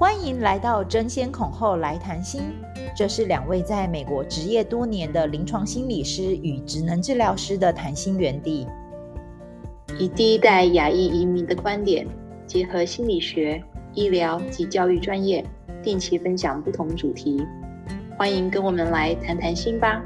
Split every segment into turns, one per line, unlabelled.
欢迎来到争先恐后来谈心，这是两位在美国执业多年的临床心理师与职能治疗师的谈心园地，
以第一代亚裔移民的观点，结合心理学、医疗及教育专业，定期分享不同主题。欢迎跟我们来谈谈心吧。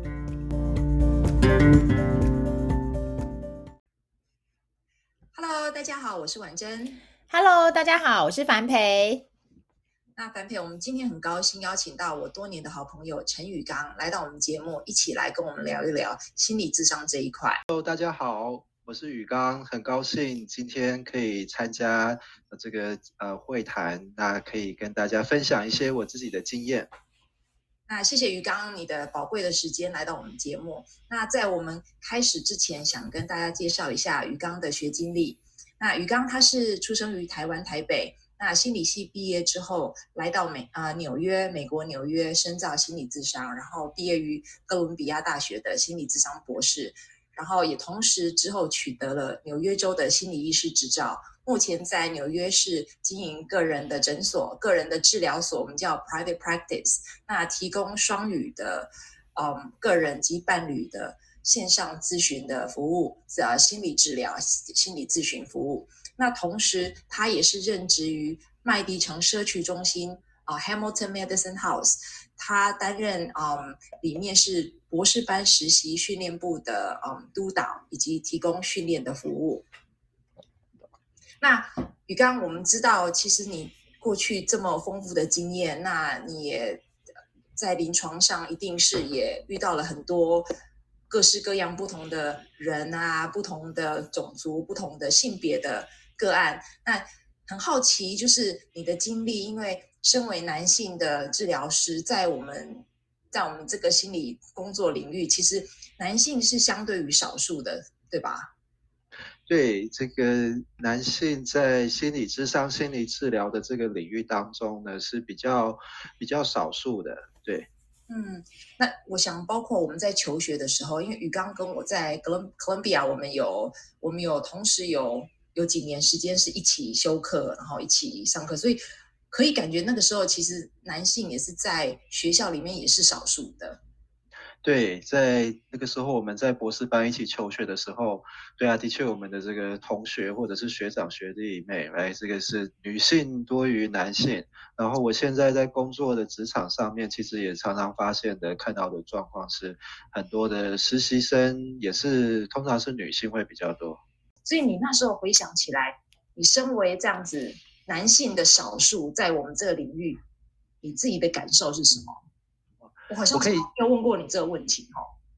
Hello， 大家好，我是婉珍。
Hello， 大家好，我是樊培。
那樊培，我们今天很高兴邀请到我多年的好朋友陈宇刚来到我们节目，一起来跟我们聊一聊心理咨商这一块。
Hello， 大家好，我是宇刚，很高兴今天可以参加这个会谈，那可以跟大家分享一些我自己的经验。
那谢谢宇刚你的宝贵的时间来到我们节目。那在我们开始之前，想跟大家介绍一下宇刚的学经历。那宇刚他是出生于台湾台北，那心理系毕业之后来到美国纽约深造心理咨商，然后毕业于哥伦比亚大学的心理咨商博士，然后也同时之后取得了纽约州的心理医师执照。目前在纽约市经营个人的诊所、个人的治疗所，我们叫 private practice， 那提供双语的个人及伴侣的线上咨询的服务，心理治疗、心理咨询服务。那同时他也是任职于麦迪城社区中心Hamilton Medicine House， 他担任里面是博士班实习训练部的督导以及提供训练的服务。那宇刚，我们知道其实你过去这么丰富的经验，那你也在临床上一定是也遇到了很多各式各样不同的人啊，不同的种族、不同的性别的个案。那很好奇就是你的经历，因为身为男性的治疗师，在我们这个心理工作领域，其实男性是相对于少数的，对吧？
对，这个男性在心理咨商、心理治疗的这个领域当中呢，是比较少数的。对，
那我想包括我们在求学的时候，因为宇刚跟我在哥伦比亚，我们有同时有几年时间是一起修课，然后一起上课，所以可以感觉那个时候其实男性也是在学校里面也是少数的。
对，在那个时候我们在博士班一起求学的时候，对啊，的确我们的这个同学或者是学长学弟妹，这个是女性多于男性。然后我现在在工作的职场上面，其实也常常看到的状况是，很多的实习生也是通常是女性会比较多。
所以你那时候回想起来，你身为这样子男性的少数，在我们这个领域，你自己的感受是什么？我好像没有问过你这个问题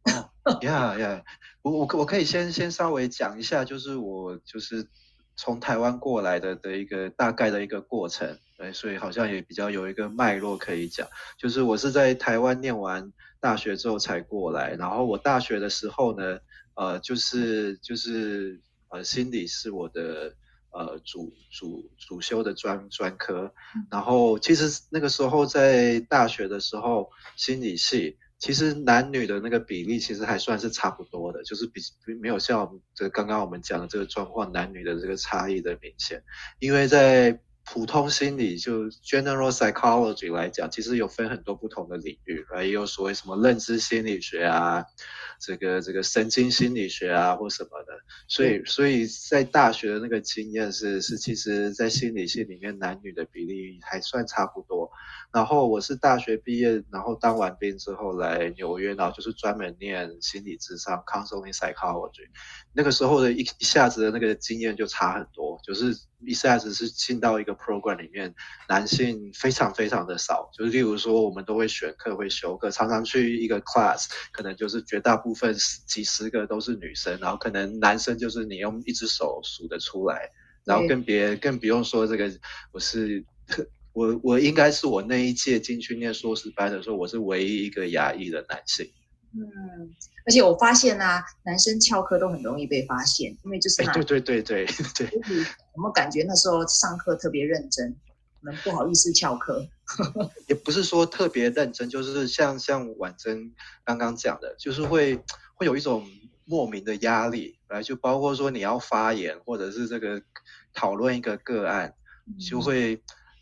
我可以先稍微讲一下，就是我从台湾过来的一个大概的一个过程，对，所以好像也比较有一个脉络可以讲。就是我是在台湾念完大学之后才过来，然后我大学的时候呢，心理是我的主修的专科，然后其实那个时候在大学的时候，心理系其实男女的那个比例其实还算是差不多的，就是没有像刚刚我们讲的这个状况，男女的这个差异的明显，因为在普通心理就 general psychology 来讲，其实有分很多不同的领域，也有所谓什么认知心理学啊，这个神经心理学啊或什么的，所以在大学的那个经验是其实在心理系里面男女的比例还算差不多。然后我是大学毕业，然后当完兵之后来纽约，然后就是专门念心理咨商 counseling psychology。那个时候的一下子的那个经验就差很多，就是一下子是进到一个 program 里面，男性非常非常的少，就是例如说我们都会选课会修课，常常去一个 class 可能就是绝大部分几十个都是女生，然后可能男生就是你用一只手数得出来，然后更不用说这个我应该是我那一届进去念硕士班的时候，我是唯一一个亚裔的男性。
而且我发现啊，男生翘课都很容易被发现，因为就是
对。
有没有感觉那时候上课特别认真，可能不好意思翘课？
也不是说特别认真，就是像婉珍刚刚讲的，就是会有一种莫名的压力，就包括说你要发言，或者是这个讨论一个个案，就会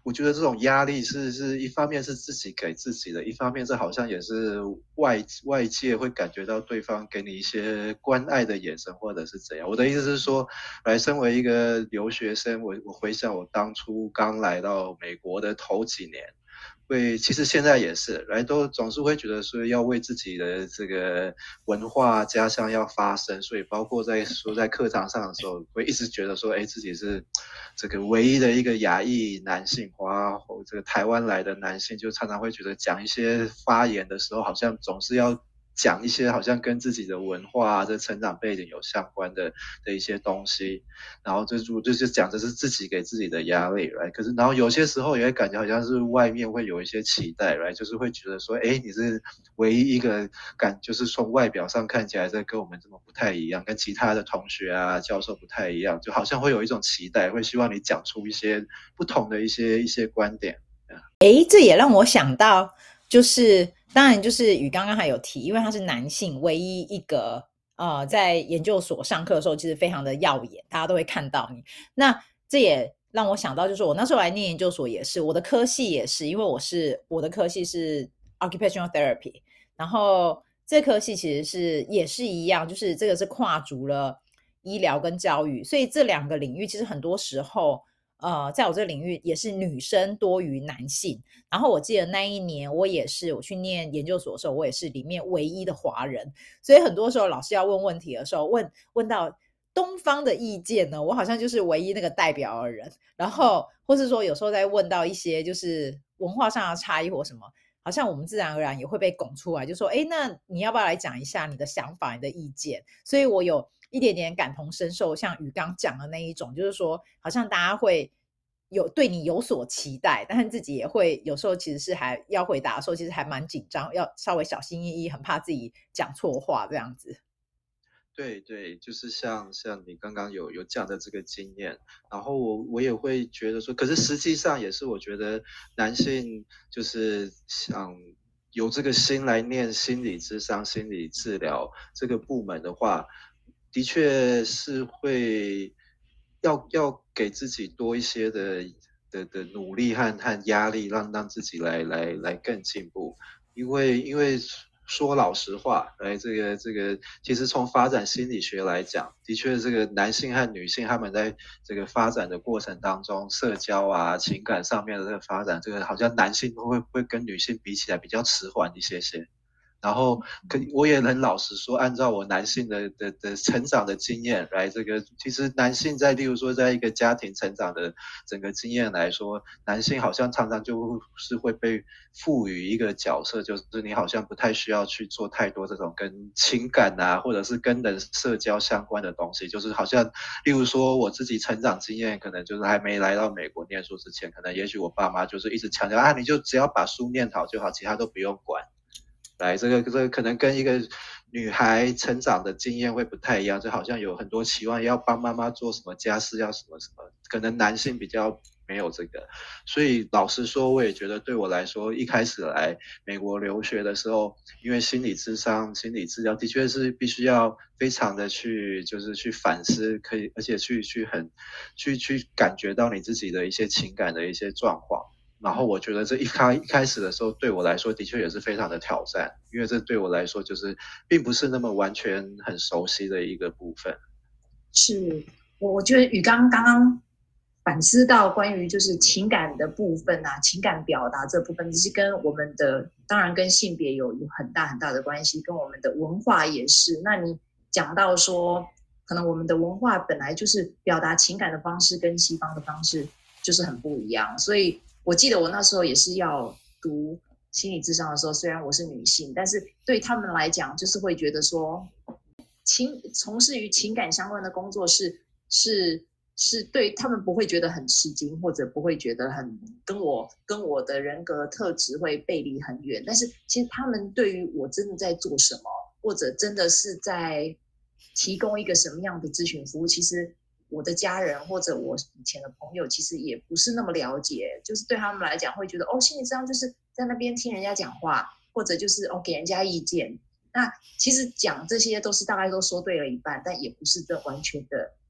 我觉得这种压力是一方面是自己给自己的，一方面这好像也是外界会感觉到对方给你一些关爱的眼神或者是怎样。我的意思是说，身为一个留学生，我回想我当初刚来到美国的头几年。其实现在也是，都总是会觉得说要为自己的这个文化家乡要发声，所以包括在课堂上的时候，会一直觉得说，自己是这个唯一的一个亚裔男性，这个台湾来的男性，就常常会觉得讲一些发言的时候，好像总是要讲一些好像跟自己的文化这成长背景有相关的一些东西，然后就是讲的是自己给自己的压力，可是然后有些时候也会感觉好像是外面会有一些期待，就是会觉得说，你是唯一一个就是从外表上看起来这跟我们这么不太一样，跟其他的同学啊教授不太一样，就好像会有一种期待，会希望你讲出一些不同的一些观点。
这也让我想到，就是当然就是宇刚刚还有提，因为他是男性，唯一一个在研究所上课的时候其实非常的耀眼，大家都会看到你。那这也让我想到，就是我那时候来念研究所也是，我的科系也是，因为我的科系是 occupational therapy， 然后这科系其实也是一样，就是这个是跨足了医疗跟教育，所以这两个领域其实很多时候在我这个领域也是女生多于男性。然后我记得那一年我去念研究所的时候，我也是里面唯一的华人，所以很多时候老师要问问题的时候，问到东方的意见呢，我好像就是唯一那个代表的人，然后或是说有时候在问到一些就是文化上的差异或什么，好像我们自然而然也会被拱出来，就说那你要不要来讲一下你的想法你的意见。所以我有一点点感同身受，像宇刚讲的那一种，就是说好像大家会对你有所期待，但是自己也会有时候其实是还要回答的时候其实还蛮紧张，要稍微小心翼翼，很怕自己讲错话这样子。
对，就是像你刚刚有讲的这个经验，然后我也会觉得说，可是实际上也是我觉得男性就是想有这个心来念心理咨商、心理治疗这个部门的话，的确是会要给自己多一些的努力和压力，让自己来更进步，因为说老实话，这个其实从发展心理学来讲，的确这个男性和女性他们在这个发展的过程当中，社交啊情感上面的这个发展，这个好像男性会跟女性比起来比较迟缓一些。然后我也很老实说，按照我男性的成长的经验这个其实男性例如说在一个家庭成长的整个经验来说，男性好像常常就是会被赋予一个角色，就是你好像不太需要去做太多这种跟情感啊或者是跟人社交相关的东西，就是好像例如说我自己成长经验可能就是还没来到美国念书之前，可能也许我爸妈就是一直强调你就只要把书念好就好，其他都不用管。这个可能跟一个女孩成长的经验会不太一样，就好像有很多期望要帮妈妈做什么家事，要什么什么，可能男性比较没有这个。所以老实说，我也觉得对我来说，一开始来美国留学的时候，因为心理咨商、心理治疗的确是必须要非常的去反思，而且去感觉到你自己的一些情感的一些状况。然后我觉得这一开始的时候对我来说的确也是非常的挑战，因为这对我来说就是并不是那么完全很熟悉的一个部分。
是，我觉得宇刚刚反思到关于就是情感的部分啊，情感表达这部分，只是跟我们的当然跟性别有很大很大的关系，跟我们的文化也是。那你讲到说，可能我们的文化本来就是表达情感的方式跟西方的方式就是很不一样，所以我记得我那时候也是要读心理咨商的时候，虽然我是女性，但是对他们来讲，就是会觉得说，从事于情感相关的工作是对他们不会觉得很吃惊，或者不会觉得很跟我的人格特质会背离很远。但是其实他们对于我真的在做什么，或者真的是在提供一个什么样的咨询服务，其实我的家人或者我以前的朋友其实也不是那么了解，就是对他们来讲会觉得心理咨商就是在那边听人家讲话，或者就是给人家意见。那其实讲这些都是大概都说对了一半，但也不是这完全的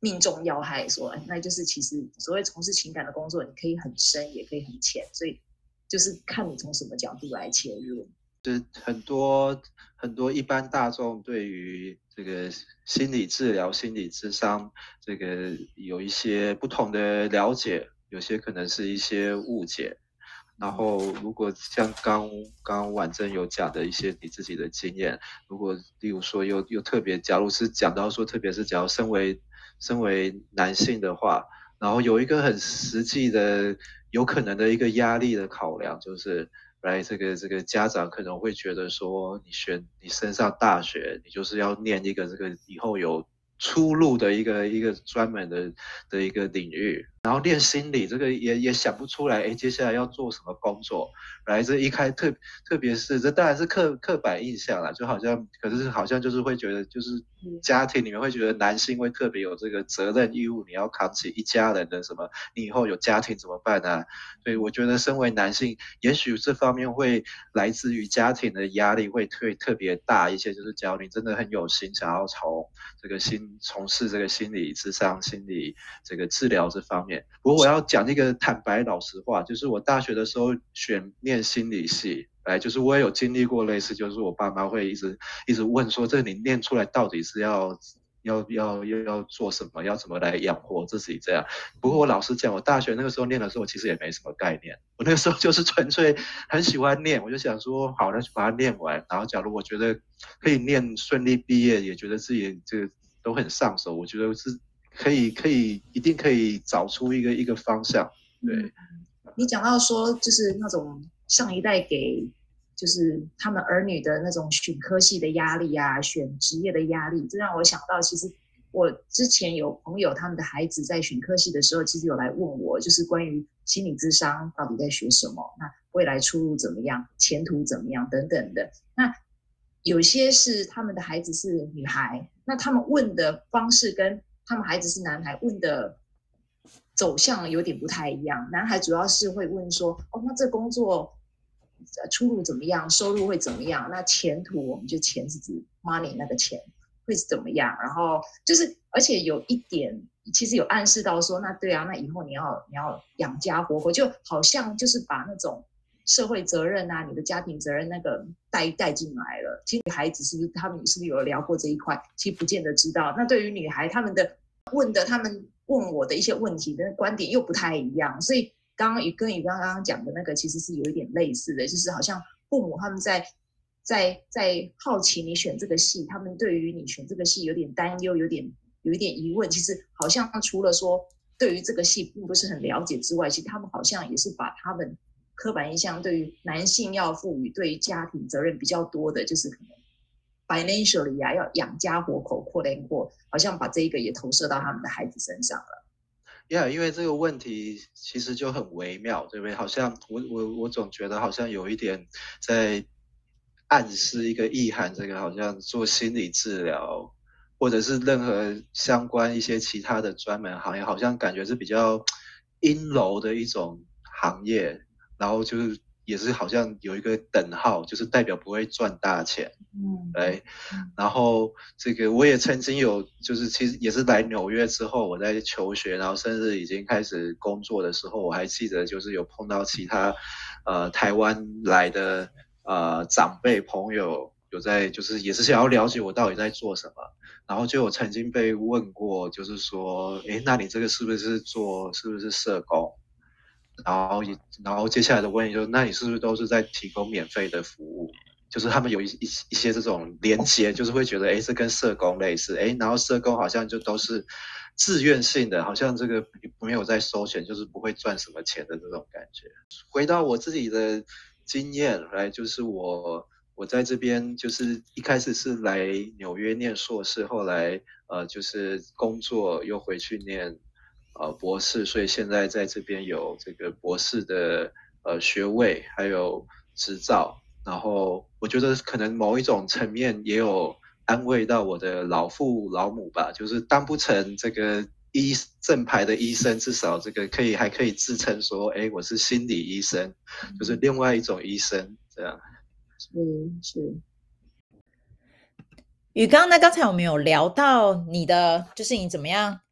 命中要害说，那就是其实所谓从事情感的工作，你可以很深，也可以很浅，所以就是看你从什么角度来切入。
就是很多一般大众对于这个心理治疗、心理咨商这个有一些不同的了解，有些可能是一些误解。然后，如果像刚婉珍有讲的一些你自己的经验，如果例如说又特别，假如是讲到说，特别是假如身为男性的话，然后有一个很实际的有可能的一个压力的考量，就是来这个家长可能会觉得说，你升上大学，你就是要念一个这个以后有出路的一个专门的一个领域。然后练心理这个也想不出来，接下来要做什么工作？来，这一开特别是这当然是刻板印象啦，就好像可是好像就是会觉得，就是家庭里面会觉得男性会特别有这个责任义务，你要扛起一家人的什么，你以后有家庭怎么办啊？所以我觉得身为男性，也许这方面会来自于家庭的压力会特别大一些，就是假如你真的很有心想要从事这个心理咨商、心理这个治疗这方面。不过我要讲一个坦白老实话，就是我大学的时候念心理系，就是我也有经历过类似，就是我爸妈会一直问说，这你念出来到底是要做什么，要怎么来养活自己这样。不过我老实讲，我大学那个时候念的时候，其实也没什么概念，我那个时候就是纯粹很喜欢念，我就想说，好，那就把它念完。然后假如我觉得可以念顺利毕业，也觉得自己这个都很上手，我觉得是一定可以找出一个方向。对，
你讲到说，就是那种上一代给就是他们儿女的那种选科系的压力啊，选职业的压力，这让我想到，其实我之前有朋友他们的孩子在选科系的时候，其实有来问我，就是关于心理咨商到底在学什么，那未来出路怎么样，前途怎么样等等的。那有些是他们的孩子是女孩，那他们问的方式跟他们孩子是男孩问的走向有点不太一样。男孩主要是会问说，那这工作出路怎么样，收入会怎么样，那前途，我们就钱是指 money 那个钱会是怎么样，然后就是而且有一点其实有暗示到说，那对啊，那以后你要养家活口，就好像就是把那种社会责任啊，你的家庭责任那个带进来了。其实女孩子他们是不是有聊过这一块？其实不见得知道。那对于女孩，他们问我的一些问题的观点又不太一样，所以刚刚跟宇刚刚讲的那个其实是有一点类似的，就是好像父母他们在好奇你选这个系，他们对于你选这个系有点担忧，有一点疑问。其实好像除了说对于这个系并不是很了解之外，其实他们好像也是把他们刻板印象对于男性要赋予对于家庭责任比较多的，就是可能 financially 啊，要养家活口quote and quote，好像把这一个也投射到他们的孩子身上了。
因为这个问题其实就很微妙，对不对？好像我总觉得好像有一点在暗示一个意涵，这个好像做心理治疗或者是任何相关一些其他的专门行业，好像感觉是比较阴柔的一种行业，然后就是也是好像有一个等号，就是代表不会赚大钱。然后这个我也曾经有，就是其实也是来纽约之后，我在求学，然后甚至已经开始工作的时候，我还记得就是有碰到其他台湾来的长辈朋友，有在就是也是想要了解我到底在做什么，然后就有曾经被问过，就是说，那你这个是不是社工？然后接下来的问题就是，那你是不是都是在提供免费的服务？就是他们有一些这种连结，就是会觉得，这跟社工类似，然后社工好像就都是自愿性的，好像这个没有在收钱，就是不会赚什么钱的这种感觉。回到我自己的经验来，就是我在这边就是一开始是来纽约念硕士，后来就是工作又回去念博士，所以现在在这边有这个博士的学位还有执照。然后我觉得可能某一种层面也有安慰到我的老父老母吧，就是当不成这个正牌的医生，至少这个还可以自称说，我是心理医生，就是另外一种医生这样。
是。
宇刚，那刚才我们有聊到你的，就是你怎么样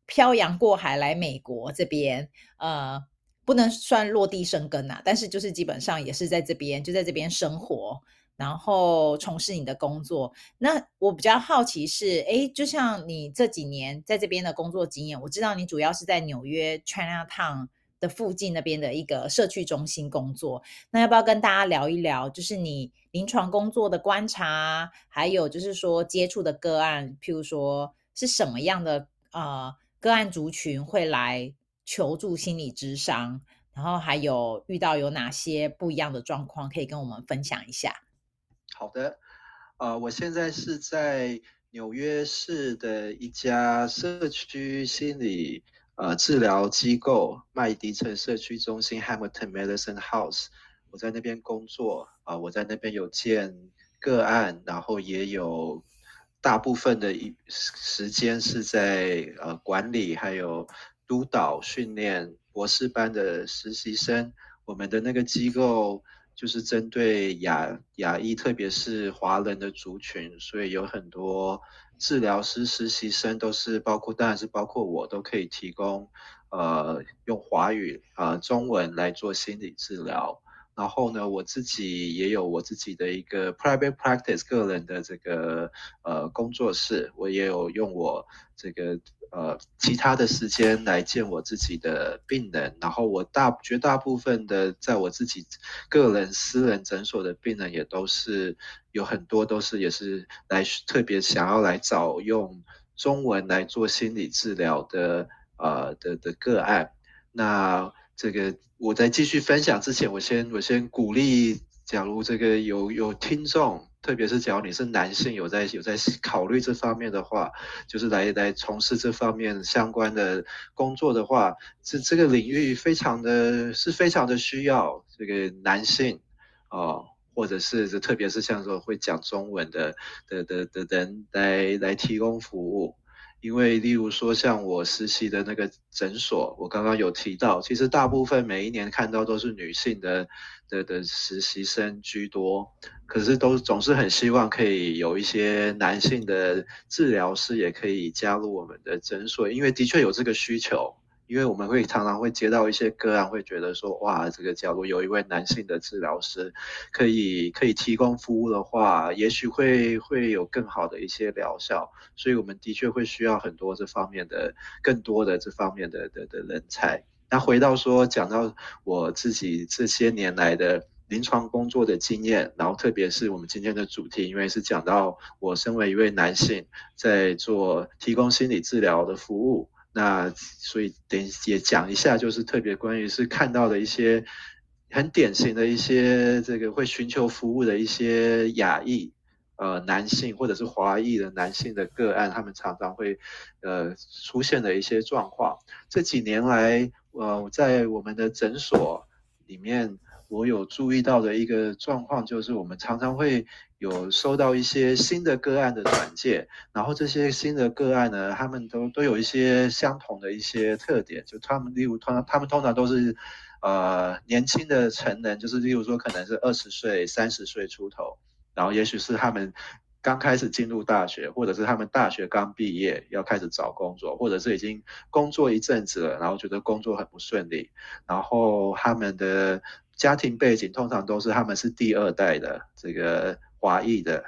漂洋过海来美国这边，不能算落地生根但是就是基本上也是在这边，就在这边生活，然后从事你的工作。那我比较好奇是，就像你这几年在这边的工作经验，我知道你主要是在纽约 Chinatown 的附近那边的一个社区中心工作。那要不要跟大家聊一聊，就是你临床工作的观察，还有就是说接触的个案，譬如说是什么样的个案族群会来求助心理咨商，然后还有遇到有哪些不一样的状况，可以跟我们分享一下？
好的，我现在是在纽约市的一家社区心理治疗机构麦迪城社区中心 Hamilton Medicine House， 我在那边工作我在那边有见个案，然后也有大部分的时间是在管理还有督导训练博士班的实习生。我们的那个机构就是针对亚裔，特别是华人的族群，所以有很多治疗师、实习生都是当然是包括我，都可以提供用华语中文来做心理治疗。然后呢，我自己也有我自己的一个 private practice 个人的这个工作室，我也有用我这个其他的时间来见我自己的病人，然后我绝大部分的在我自己个人私人诊所的病人也都是有很多都是也是特别想要来找用中文来做心理治疗的个案。那这个我在继续分享之前，我先鼓励，假如这个有听众，特别是假如你是男性，有在考虑这方面的话，就是来从事这方面相关的工作的话，这个领域非常的需要这个男性或者是特别是像说会讲中文的人来提供服务。因为例如说像我实习的那个诊所，我刚刚有提到，其实大部分每一年看到都是女性的实习生居多，可是总是很希望可以有一些男性的治疗师也可以加入我们的诊所，因为的确有这个需求。因为我们常常会接到一些个案，会觉得说，哇，这个假如有一位男性的治疗师可以提供服务的话，也许会有更好的一些疗效，所以我们的确会需要很多更多的这方面的人才。那回到讲到我自己这些年来的临床工作的经验，然后特别是我们今天的主题，因为是讲到我身为一位男性在提供心理治疗的服务。那所以也讲一下，就是特别关于是看到的一些很典型的一些这个会寻求服务的一些亚裔男性或者是华裔的男性的个案，他们常常会出现的一些状况。这几年来在我们的诊所里面，我有注意到的一个状况，就是我们常常会有收到一些新的个案的转介，然后这些新的个案呢，他们都有一些相同的一些特点，就他们通常都是年轻的成人，就是例如说可能是20岁、30岁出头，然后也许是他们刚开始进入大学，或者是他们大学刚毕业要开始找工作，或者是已经工作一阵子了，然后觉得工作很不顺利，然后他们的家庭背景通常都是他们是第2代的这个华裔的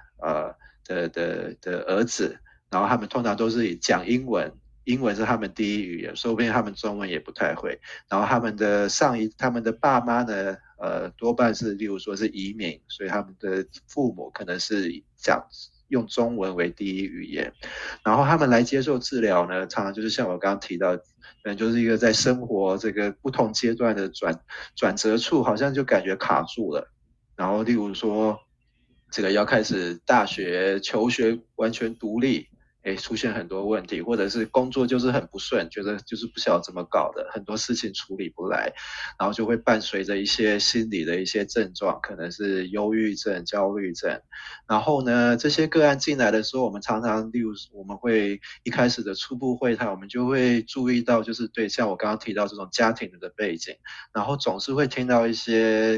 儿子，然后他们通常都是讲英文是他们第一语言，说不定他们中文也不太会。然后他们的爸妈呢，多半是例如说是移民，所以他们的父母可能是用中文为第一语言。然后他们来接受治疗呢，常常就是像我刚刚提到，可能就是一个在生活这个不同阶段的转折处，好像就感觉卡住了。然后例如说，这个要开始大学求学完全独立，出现很多问题，或者是工作就是很不顺，觉得就是不晓得怎么搞的，很多事情处理不来，然后就会伴随着一些心理的一些症状，可能是忧郁症、焦虑症。然后呢，这些个案进来的时候，我们常常，例如我们会一开始的初步会谈，我们就会注意到，就是对像我刚刚提到这种家庭的背景，然后总是会听到一些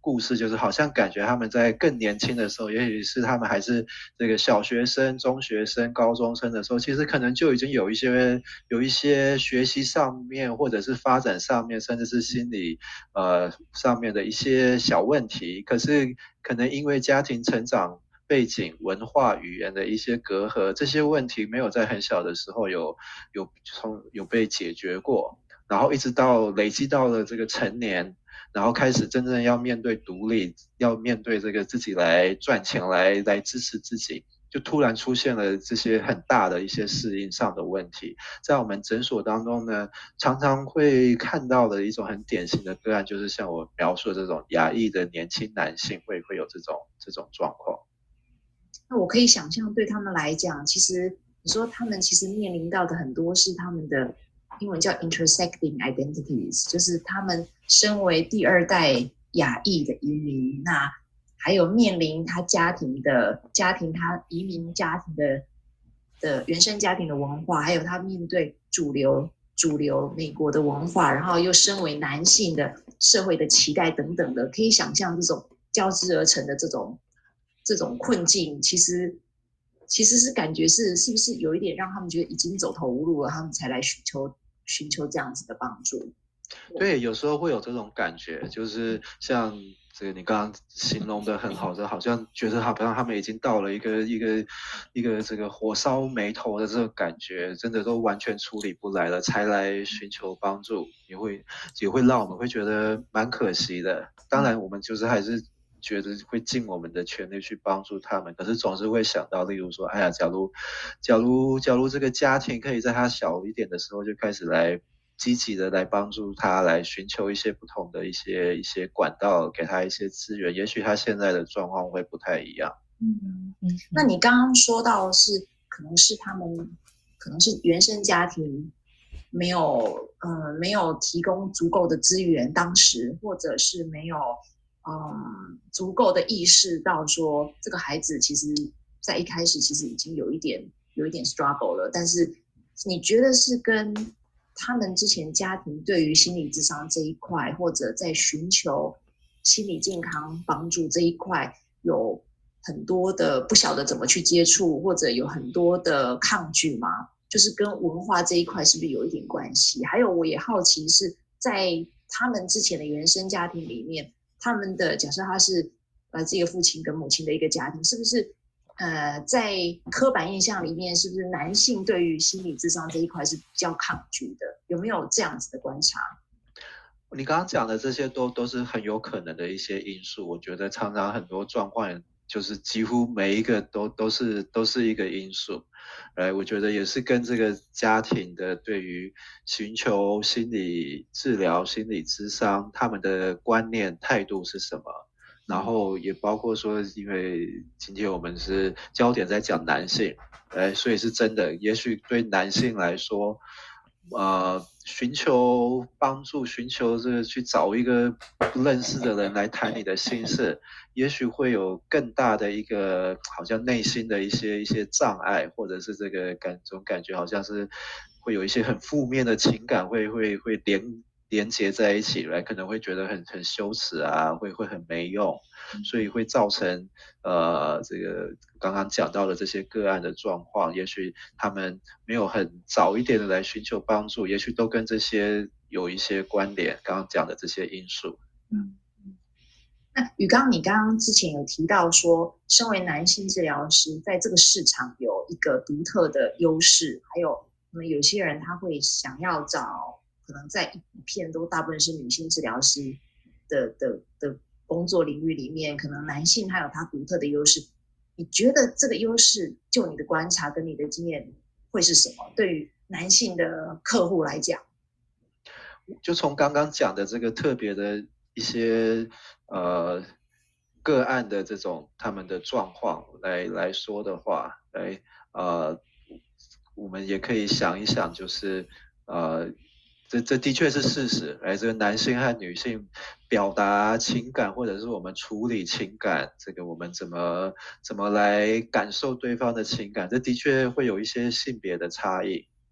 故事，就是好像感觉他们在更年轻的时候，也许是他们还是这个小学生、中学生、高中生的时候，其实可能就已经有一些学习上面，或者是发展上面，甚至是心理上面的一些小问题，可是可能因为家庭成长背景、文化、语言的一些隔阂，这些问题没有在很小的时候有被解决过，然后一直到累积到了这个成年，然后开始真正要面对独立，要面对这个自己来赚钱来支持自己，就突然出现了这些很大的一些适应上的问题。在我们诊所当中呢，常常会看到的一种很典型的个案，就是像我描述的这种亚裔的年轻男性会有这种状况。
那我可以想象，对他们来讲，其实你说他们其实面临到的很多是他们的英文叫 intersecting identities， 就是他们身为第二代亚裔的移民，那还有面临他他移民家庭的原生家庭的文化，还有他面对主流美国的文化，然后又身为男性的社会的期待等等的，可以想象这种交织而成的这种困境，其实是感觉是不是有一点让他们觉得已经走投无路了，他们才来寻求这样子的帮助。
对，有时候会有这种感觉，就是像这个你刚刚形容的很好的，好像觉得好像他们已经到了一个这个火烧眉头的这种感觉，真的都完全处理不来了，才来寻求帮助，也会让我们会觉得蛮可惜的。当然，我们就是还是觉得会尽我们的全力去帮助他们，可是总是会想到，例如说，哎呀，假如这个家庭可以在他小一点的时候就开始来积极的来帮助他，来寻求一些不同的一些管道，给他一些资源，也许他现在的状况会不太一样。
那你刚刚说到可能是原生家庭没有提供足够的资源，当时或者是没有足够的意识到说这个孩子其实在一开始其实已经有一点 struggle 了，但是你觉得是跟他们之前家庭对于心理咨商这一块，或者在寻求心理健康帮助这一块有很多的不晓得怎么去接触，或者有很多的抗拒吗？就是跟文化这一块是不是有一点关系？还有我也好奇是在他们之前的原生家庭里面，他们的假设他是来自一个父亲跟母亲的一个家庭，是不是在刻板印象里面，是不是男性对于心理咨商这一块是比较抗拒的？有没有这样子的观察？
你刚刚讲的这些都是很有可能的一些因素，我觉得常常很多状况就是几乎每一个都是一个因素。我觉得也是跟这个家庭的对于寻求心理治疗、心理咨商他们的观念态度是什么，然后也包括说，因为今天我们是焦点在讲男性，所以是真的，也许对男性来说，寻求帮助，寻求这个去找一个不认识的人来谈你的心事，也许会有更大的一个好像内心的一些障碍，或者是这个总感觉好像是会有一些很负面的情感会连结在一起来，可能会觉得很羞耻啊，会很没用，所以会造成这个刚刚讲到的这些个案的状况，也许他们没有很早一点的来寻求帮助，也许都跟这些有一些关联，刚刚讲的这些因素。
那宇刚，你刚刚之前有提到说，身为男性治疗师，在这个市场有一个独特的优势，还有有些人他会想要找可能在一片都大部分是女性治疗师的工作领域里面，可能男性他有他独特的优势。你觉得这个优势，就你的观察跟你的经验会是什么？对于男性的客户来讲，
就从刚刚讲的这个特别的一些个案的这种他们的状况来说的话，我们也可以想一想，就是这的确是事实。这个男性和女性表达情感，或者是我们处理情感，这个我们怎么来感受对方的情感，这的确会有一些性别的差异。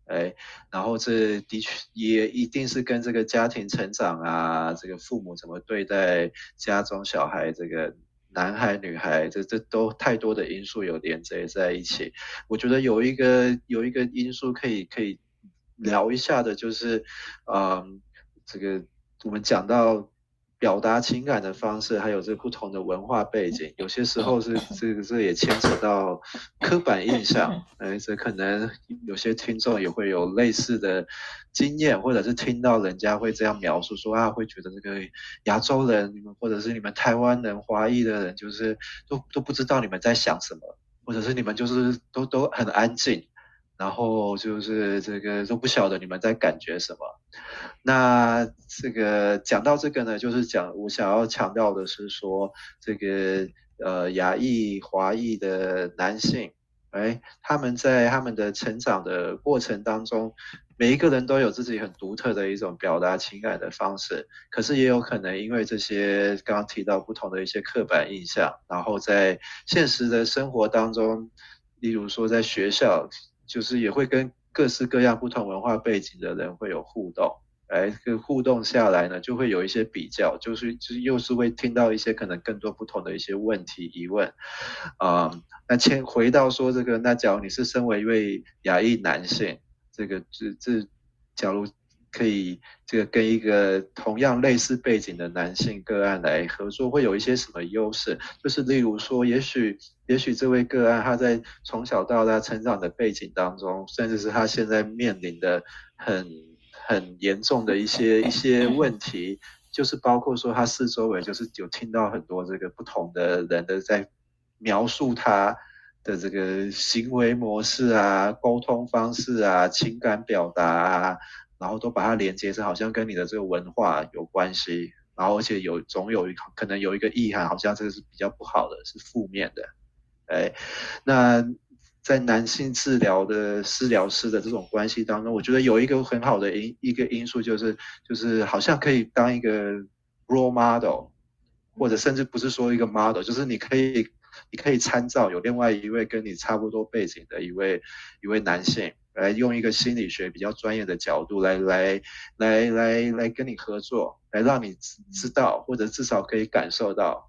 然后这的确也一定是跟这个家庭成长啊，这个父母怎么对待家中小孩，这个男孩女孩，这都太多的因素有连接在一起。我觉得有一个因素可以聊一下的，就是这个我们讲到表达情感的方式，还有这不同的文化背景，有些时候是这也牵扯到刻板印象，这可能有些听众也会有类似的经验，或者是听到人家会这样描述说啊，会觉得这个亚洲人，或者是你们台湾人、华裔的人，就是都不知道你们在想什么，或者是你们就是都很安静。然后就是这个都不晓得你们在感觉什么。那这个讲到这个呢，就是我想要强调的是说，这个亚裔、华裔的男性，他们在他们的成长的过程当中，每一个人都有自己很独特的一种表达情感的方式，可是也有可能因为这些刚刚提到不同的一些刻板印象，然后在现实的生活当中，例如说在学校，就是也会跟各式各样不同文化背景的人会有互动，这个互动下来呢，就会有一些比较，就是又是会听到一些可能更多不同的一些问题疑问，那回到说这个，那假如你是身为一位亚裔男性，这假如可以这个跟一个同样类似背景的男性个案来合作，会有一些什么优势？就是例如说，也许这位个案他在从小到大成长的背景当中，甚至是他现在面临的很严重的一些问题，就是包括说他四周围就是有听到很多这个不同的人的在描述他的这个行为模式啊、沟通方式啊、情感表达啊，然后都把它连接成好像跟你的这个文化有关系，然后而且总有可能有一个意涵，好像这个是比较不好的，是负面的。那在男性治疗师的这种关系当中，我觉得有一个很好的一个因素就是好像可以当一个 role model， 或者甚至不是说一个 model， 就是你可以参照有另外一位跟你差不多背景的一位男性，来用一个心理学比较专业的角度来跟你合作，来让你知道或者至少可以感受到，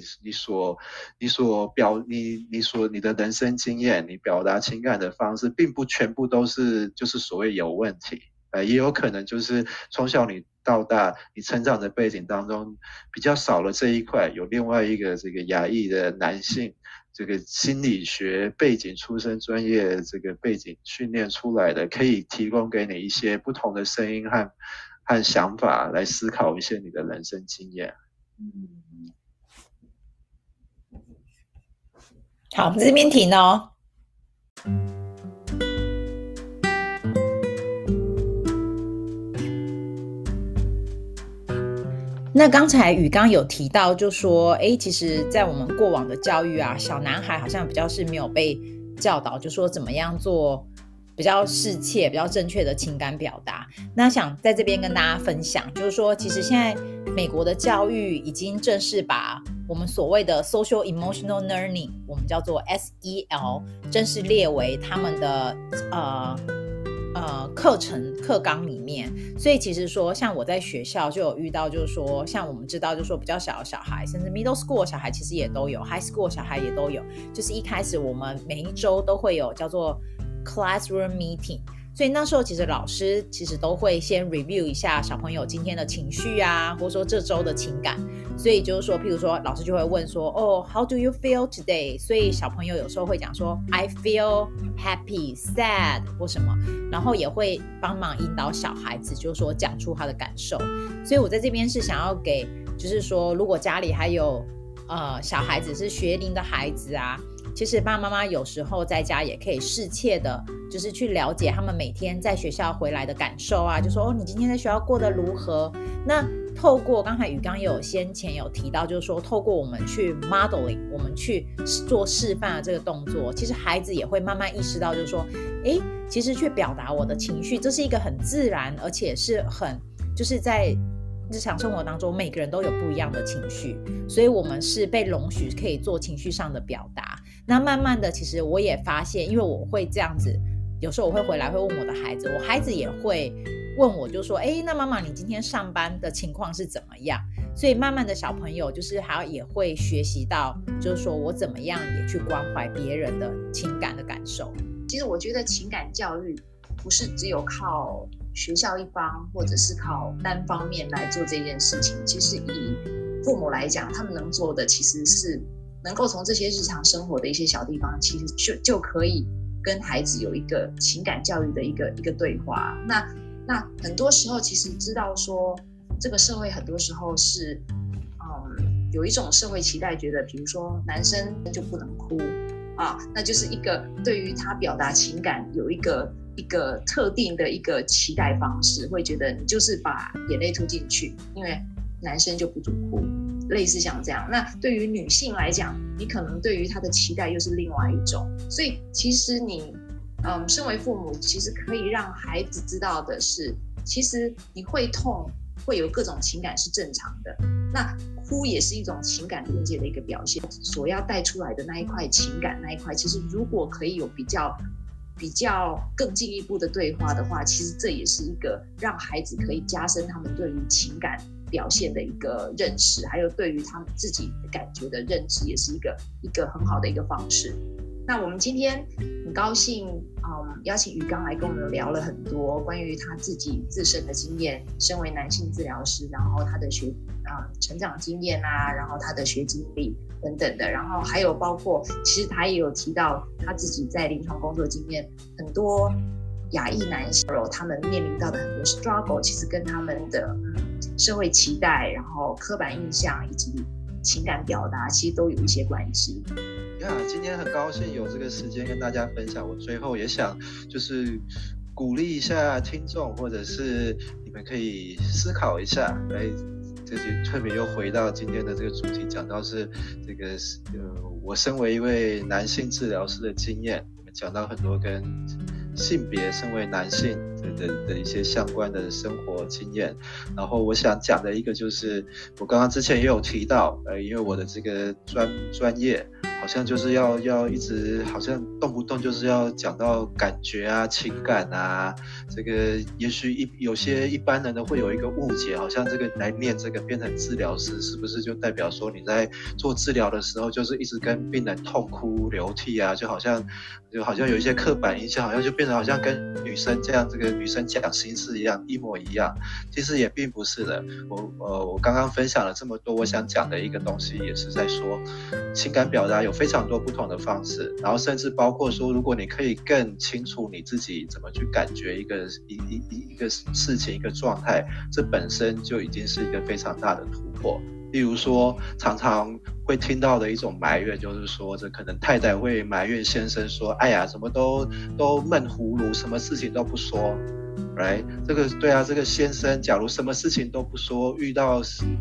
你的人生经验，你表达情感的方式，并不全部都是就是所谓有问题，也有可能就是从小你到大，你成长的背景当中比较少了这一块，有另外一个这个亚裔的男性，这个心理学背景出身专业这个背景训练出来的，可以提供给你一些不同的声音和想法来思考一些你的人生经验。
好，我们这边停哦。那刚才宇刚有提到，就说，其实在我们过往的教育啊，小男孩好像比较是没有被教导，就说怎么样做比较适切、比较正确的情感表达。那想在这边跟大家分享，就是说，其实现在美国的教育已经正式把我们所谓的 Social Emotional Learning， 我们叫做 SEL， 正式列为他们的课纲里面。所以其实说像我在学校就有遇到，就是说像我们知道就是说比较小的小孩，甚至 middle school 小孩其实也都有， high school 小孩也都有，就是一开始我们每一周都会有叫做 classroom meeting，所以那时候其实老师其实都会先 review 一下小朋友今天的情绪啊，或者说这周的情感。所以就是说譬如说老师就会问说how do you feel today， 所以小朋友有时候会讲说 I feel happy, sad 或什么，然后也会帮忙引导小孩子就是说讲出他的感受。所以我在这边是想要给就是说如果家里还有小孩子是学龄的孩子啊，其实爸爸妈妈有时候在家也可以适切的就是去了解他们每天在学校回来的感受啊，就说你今天在学校过得如何。那透过刚才宇刚先前有提到，就是说透过我们去 modeling， 我们去做示范的这个动作，其实孩子也会慢慢意识到，就是说其实去表达我的情绪，这是一个很自然而且是很就是在日常生活当中每个人都有不一样的情绪，所以我们是被容许可以做情绪上的表达。那慢慢的其实我也发现，因为我会这样子有时候我会回来会问我的孩子，我孩子也会问我，就说那妈妈你今天上班的情况是怎么样？所以慢慢的小朋友就是也会学习到，就是说我怎么样也去关怀别人的情感的感受。
其实我觉得情感教育不是只有靠学校一方或者是靠单方面来做这件事情，其实以父母来讲，他们能做的其实是能够从这些日常生活的一些小地方，其实就可以跟孩子有一个情感教育的一个对话。那很多时候其实知道说这个社会很多时候是有一种社会期待，觉得比如说男生就不能哭啊，那就是一个对于他表达情感有一个特定的一个期待方式，会觉得你就是把眼泪吐进去，因为男生就不准哭，类似像这样。那对于女性来讲，你可能对于她的期待又是另外一种。所以其实你身为父母，其实可以让孩子知道的是，其实你会痛，会有各种情感是正常的。那哭也是一种情感连接的一个表现，所要带出来的那一块情感那一块，其实如果可以有比较更进一步的对话的话，其实这也是一个让孩子可以加深他们对于情感表现的一个认识，还有对于他们自己的感觉的认知，也是一个很好的一个方式。那我们今天很高兴邀请宇刚来跟我们聊了很多关于他自己自身的经验，身为男性治疗师，然后他的成长经验啊，然后他的学经历等等的，然后还有包括其实他也有提到他自己在临床工作经验，很多亚裔男性他们面临到的很多 struggle， 其实跟他们的社会期待，然后刻板印象以及情感表达其实都有一些关系。
今天很高兴有这个时间跟大家分享。我最后也想就是鼓励一下听众，或者是你们可以思考一下，这就特别又回到今天的这个主题，讲到是这个我身为一位男性治疗师的经验，我们讲到很多跟性别身为男性的一些相关的生活经验。然后我想讲的一个就是我刚刚之前也有提到因为我的这个专业好像就是要一直好像动不动就是要讲到感觉啊情感啊，这个也许有些一般人呢会有一个误解，好像这个来念这个变成治疗师是不是就代表说你在做治疗的时候就是一直跟病人痛哭流涕啊，就好像有一些刻板印象，好像就变成好像跟女生这样这个女生讲心事一模一样。其实也并不是的。我刚刚分享了这么多，我想讲的一个东西也是在说情感表达有非常多不同的方式，然后甚至包括说如果你可以更清楚你自己怎么去感觉一个事情一个状态，这本身就已经是一个非常大的突破。例如说常常会听到的一种埋怨，就是说这可能太太会埋怨先生说哎呀什么都闷葫芦，什么事情都不说，right？ 这个对啊，这个先生假如什么事情都不说，遇到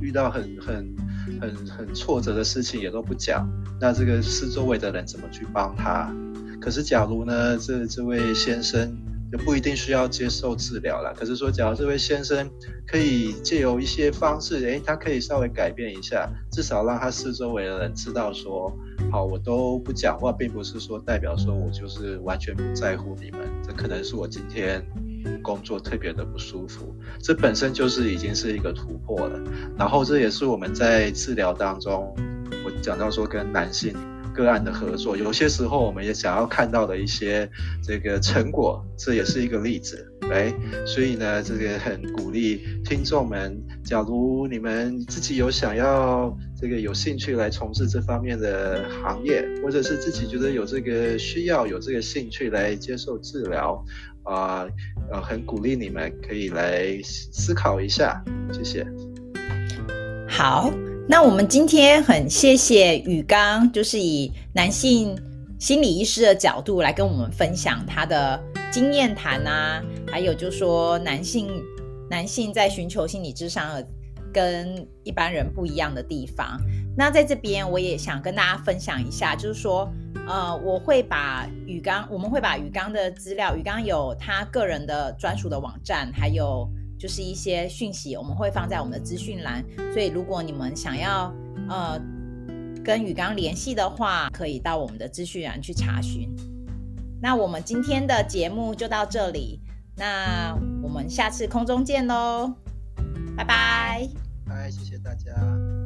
很挫折的事情也都不讲，那这个四周围的人怎么去帮他？可是假如呢这位先生就不一定需要接受治疗了，可是说假如这位先生可以借由一些方式他可以稍微改变一下，至少让他四周围的人知道说好，我都不讲话并不是说代表说我就是完全不在乎你们，这可能是我今天工作特别的不舒服，这本身就是已经是一个突破了。然后这也是我们在治疗当中我讲到说跟男性个案的合作，有些时候我们也想要看到的一些这个成果，这也是一个例子。所以呢这个很鼓励听众们，假如你们自己有想要这个有兴趣来从事这方面的行业，或者是自己觉得有这个需要有这个兴趣来接受治疗很鼓励你们可以来思考一下。谢谢。
好，那我们今天很谢谢宇刚，就是以男性心理医师的角度来跟我们分享他的经验谈啊，还有就是说男性在寻求心理咨商跟一般人不一样的地方。那在这边我也想跟大家分享一下，就是说我们会把宇刚的资料，宇刚有他个人的专属的网站，还有就是一些讯息我们会放在我们的资讯栏，所以如果你们想要跟宇刚联系的话，可以到我们的资讯栏去查询。 那我们今天的节目就到这里，那我们下次空中见喽，拜拜。
谢谢大家。